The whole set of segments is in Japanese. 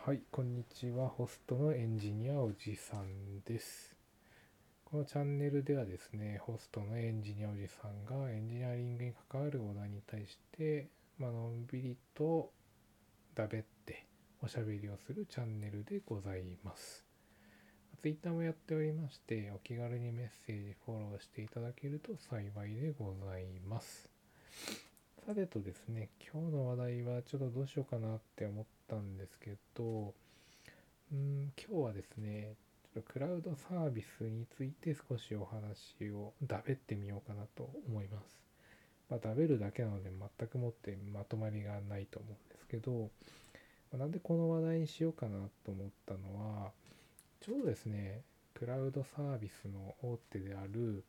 はい、こんにちは。ホストのエンジニアおじさんです。このチャンネルではですね、ホストのエンジニアおじさんがエンジニアリングに関わる話題に対して、のんびりとだべっておしゃべりをするチャンネルでございます。ツイッターもやっておりまして、お気軽にメッセージ、フォローしていただけると幸いでございます。さてとですね、今日の話題はちょっとどうしようかなって思ったんですけど、今日はですね、ちょっとクラウドサービスについて少しお話をだべってみようかなと思います。だべるだけなので全くもってまとまりがないと思うんですけど、なんでこの話題にしようかなと思ったのは、ちょうどですね、クラウドサービスの大手である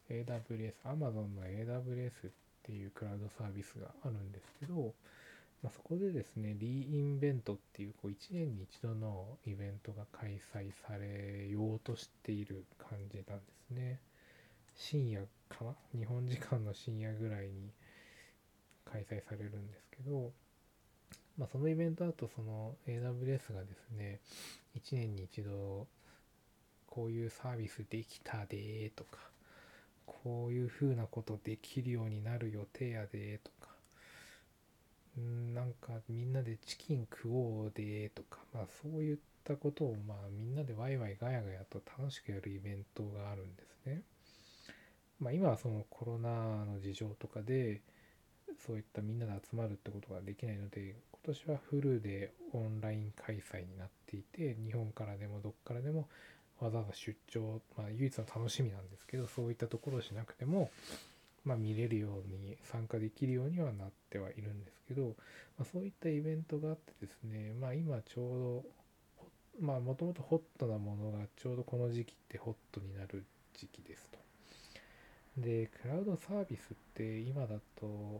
AWS、Amazon の AWS っていうクラウドサービスがあるんですけど、そこでですね、リインベントっていう1年に一度のイベントが開催されようとしている感じなんですね。深夜かな、日本時間の深夜ぐらいに開催されるんですけど、そのイベントだとその AWS がですね、1年に一度こういうサービスできたでとか、こういう風なことできるようになる予定やでとか、なんかみんなでチキン食おうでとか、そういったことをみんなでワイワイガヤガヤと楽しくやるイベントがあるんですね。今はそのコロナの事情とかでそういったみんなで集まるってことができないので、今年はフルでオンライン開催になっていて、日本からでもどっからでもわざわざ出張、唯一の楽しみなんですけど、そういったところをしなくても見れるように参加できるようにはなってはいるんですけど、そういったイベントがあってですね、今ちょうどもともとホットなものがちょうどこの時期ってホットになる時期ですと。で、クラウドサービスって今だと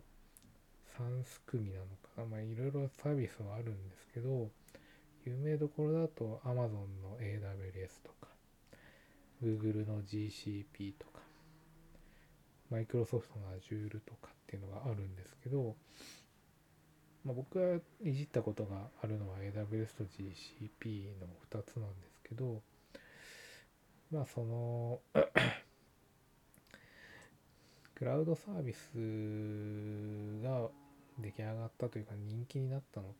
3すくみなのかな、いろいろサービスはあるんですけど、有名どころだと Amazon の AWS とか Google の GCP とかマイクロソフトの Azure とかっていうのがあるんですけど、僕がいじったことがあるのは AWS と GCP の2つなんですけど、そのクラウドサービスが出来上がったというか人気になったのって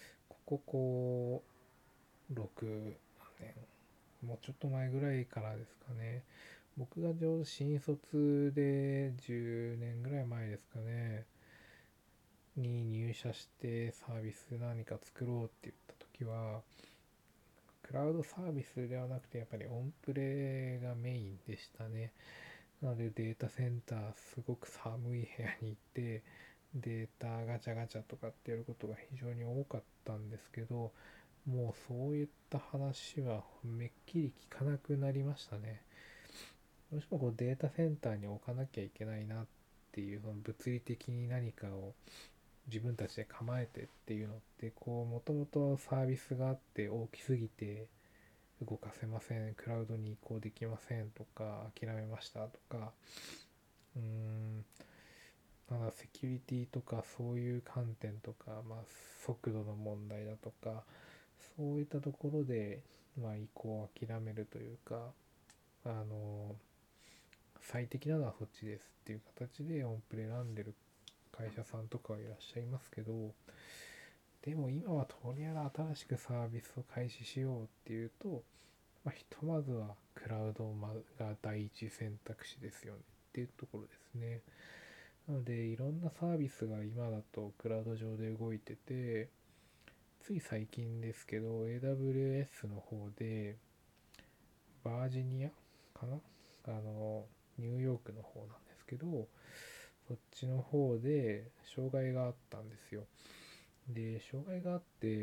、6年、もうちょっと前ぐらいからですかね。僕がちょうど新卒で10年ぐらい前ですかね、に入社してサービス何か作ろうって言った時は、クラウドサービスではなくてやっぱりオンプレがメインでしたね。なのでデータセンターすごく寒い部屋に行ってデータガチャガチャとかってやることが非常に多かったんですけど、もうそういった話はめっきり聞かなくなりましたね。どうしてもデータセンターに置かなきゃいけないなっていう、その物理的に何かを自分たちで構えてっていうのってもともとサービスがあって大きすぎて動かせません、クラウドに移行できませんとか、諦めましたとか、うーんただセキュリティとかそういう観点とか、速度の問題だとか、そういったところで、移行を諦めるというか、あの最適なのはそっちですっていう形でオンプレ選んでる会社さんとかはいらっしゃいますけど、でも今はとりあえず新しくサービスを開始しようっていうと、ひとまずはクラウドが第一選択肢ですよねっていうところですね。なのでいろんなサービスが今だとクラウド上で動いてて、つい最近ですけど AWS の方でバージニアかな、ニューヨークの方なんですけど、そっちの方で障害があったんですよ。で、障害があって、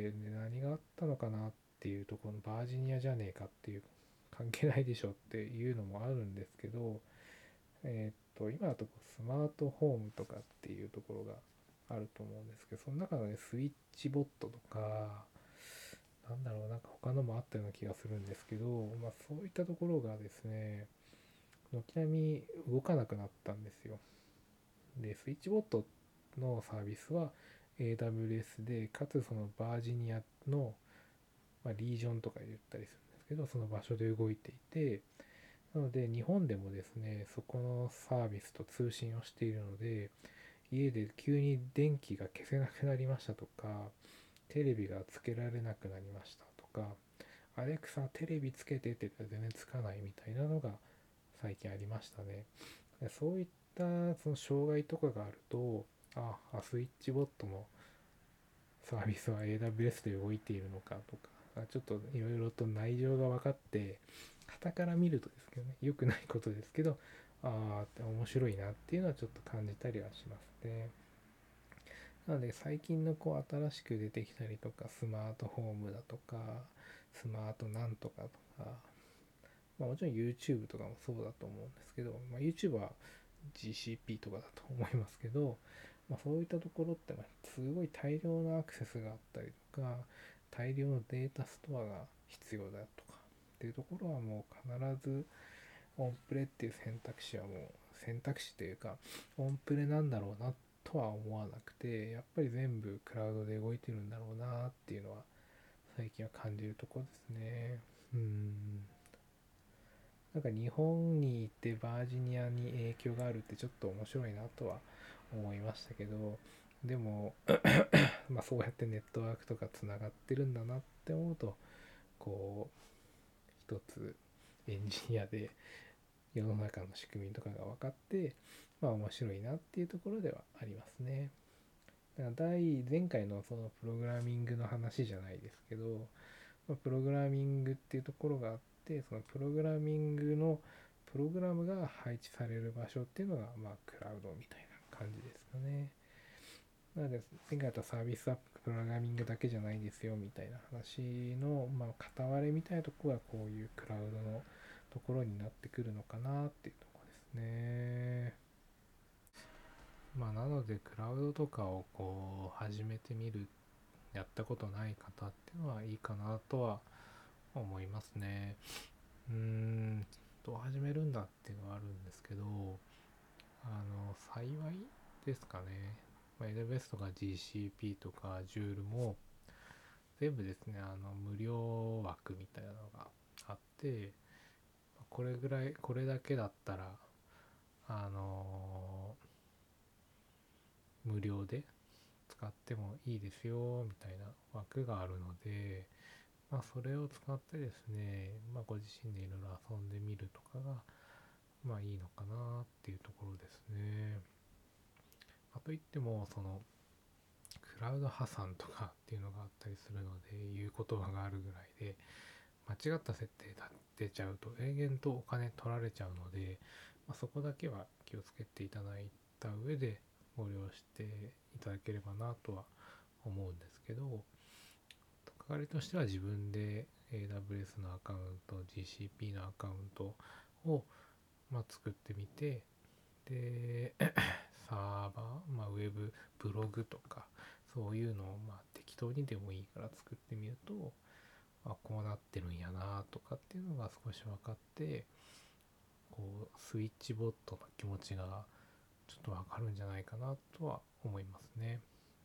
何があったのかなっていうと、このバージニアじゃねえかっていう、関係ないでしょっていうのもあるんですけど、今だとスマートホームとかっていうところがあると思うんですけど、その中のね、スイッチボットとか、なんか他のもあったような気がするんですけど、そういったところがですね、軒並み動かなくなったんですよ。で、スイッチボットのサービスは AWS で、かつそのバージニアのリージョンとか言ったりするんですけど、その場所で動いていて、なので日本でもですね、そこのサービスと通信をしているので、家で急に電気が消せなくなりましたとか、テレビがつけられなくなりましたとか、アレクサテレビつけてって言ったら全然つかないみたいなのが最近ありましたね。そういったその障害とかがあると、スイッチボットのサービスは AWS で動いているのかとか、ちょっといろいろと内情が分かって、傍から見るとですけどね、良くないことですけど、面白いなっていうのはちょっと感じたりはしますね。なので最近の新しく出てきたりとか、スマートホームだとか、スマートなんとかとか、もちろん YouTube とかもそうだと思うんですけど、YouTube は GCP とかだと思いますけど、そういったところってすごい大量のアクセスがあったりとか、大量のデータストアが必要だとかっていうところはもう必ずオンプレっていう選択肢はもう選択肢というかオンプレなんだろうなとは思わなくて、やっぱり全部クラウドで動いてるんだろうなっていうのは最近は感じるところですね。なんか日本に行ってバージニアに影響があるってちょっと面白いなとは思いましたけど、でもそうやってネットワークとかつながってるんだなって思うと、一つエンジニアで世の中の仕組みとかが分かって、面白いなっていうところではありますね。だから前回のそのプログラミングの話じゃないですけど、プログラミングっていうところがあって、そのプログラミングのプログラムが配置される場所っていうのがクラウドみたいな感じですかね。なので前回だとサービスアッププログラミングだけじゃないですよみたいな話の片割れみたいなところがこういうクラウドのところになってくるのかなっていうところですね。なのでクラウドとかを始めてみる、やったことない方っていうのはいいかなとは思いますね。どう始めるんだっていうのはあるんですけど、幸いですかね。AWS とか GCP とか Joule も全部ですね、無料枠みたいなのがあって、これぐらい、これだけだったら、あの無料で使ってもいいですよみたいな枠があるので、それを使ってですね、ご自身でいろいろ遊んでみるとかがいいのかなっていうところですね。といってもそのクラウド破産とかっていうのがあったりするので、いう言葉があるぐらいで、間違った設定出ちゃうと永遠とお金取られちゃうので、そこだけは気をつけていただいた上でご利用していただければなとは思うんですけど、関わりとしては自分で AWS のアカウント、GCP のアカウントを、作ってみて、でサーバー、ウェブブログとかそういうのを適当にでもいいから作ってみると、こうなってるんやなとかっていうのが少し分かって、スイッチボットの気持ちがちょっと分かるんじゃないかなとは思いますね。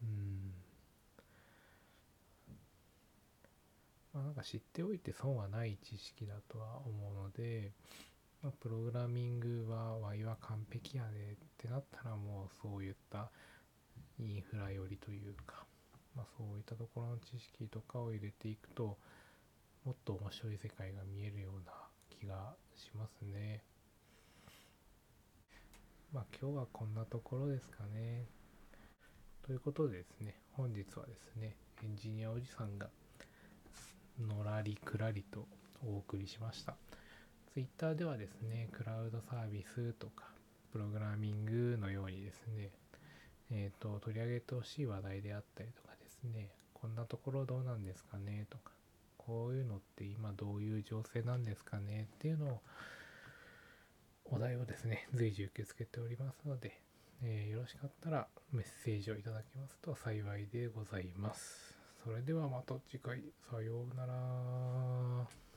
なんか知っておいて損はない知識だとは思うので、プログラミングはワイは完璧やでってなったら、もうそういったインフラ寄りというか、そういったところの知識とかを入れていくと、もっと面白い世界が見えるような気がしますね。今日はこんなところですかね。ということでですね、本日はですね、エンジニアおじさんがのらりくらりとお送りしました。Twitter ではですね、クラウドサービスとか、プログラミングのようにですね、取り上げてほしい話題であったりとかですね、こんなところどうなんですかねとか、こういうのって今どういう情勢なんですかねっていうのを、お題をですね、随時受け付けておりますので、よろしかったらメッセージをいただけますと幸いでございます。それではまた次回、さようなら。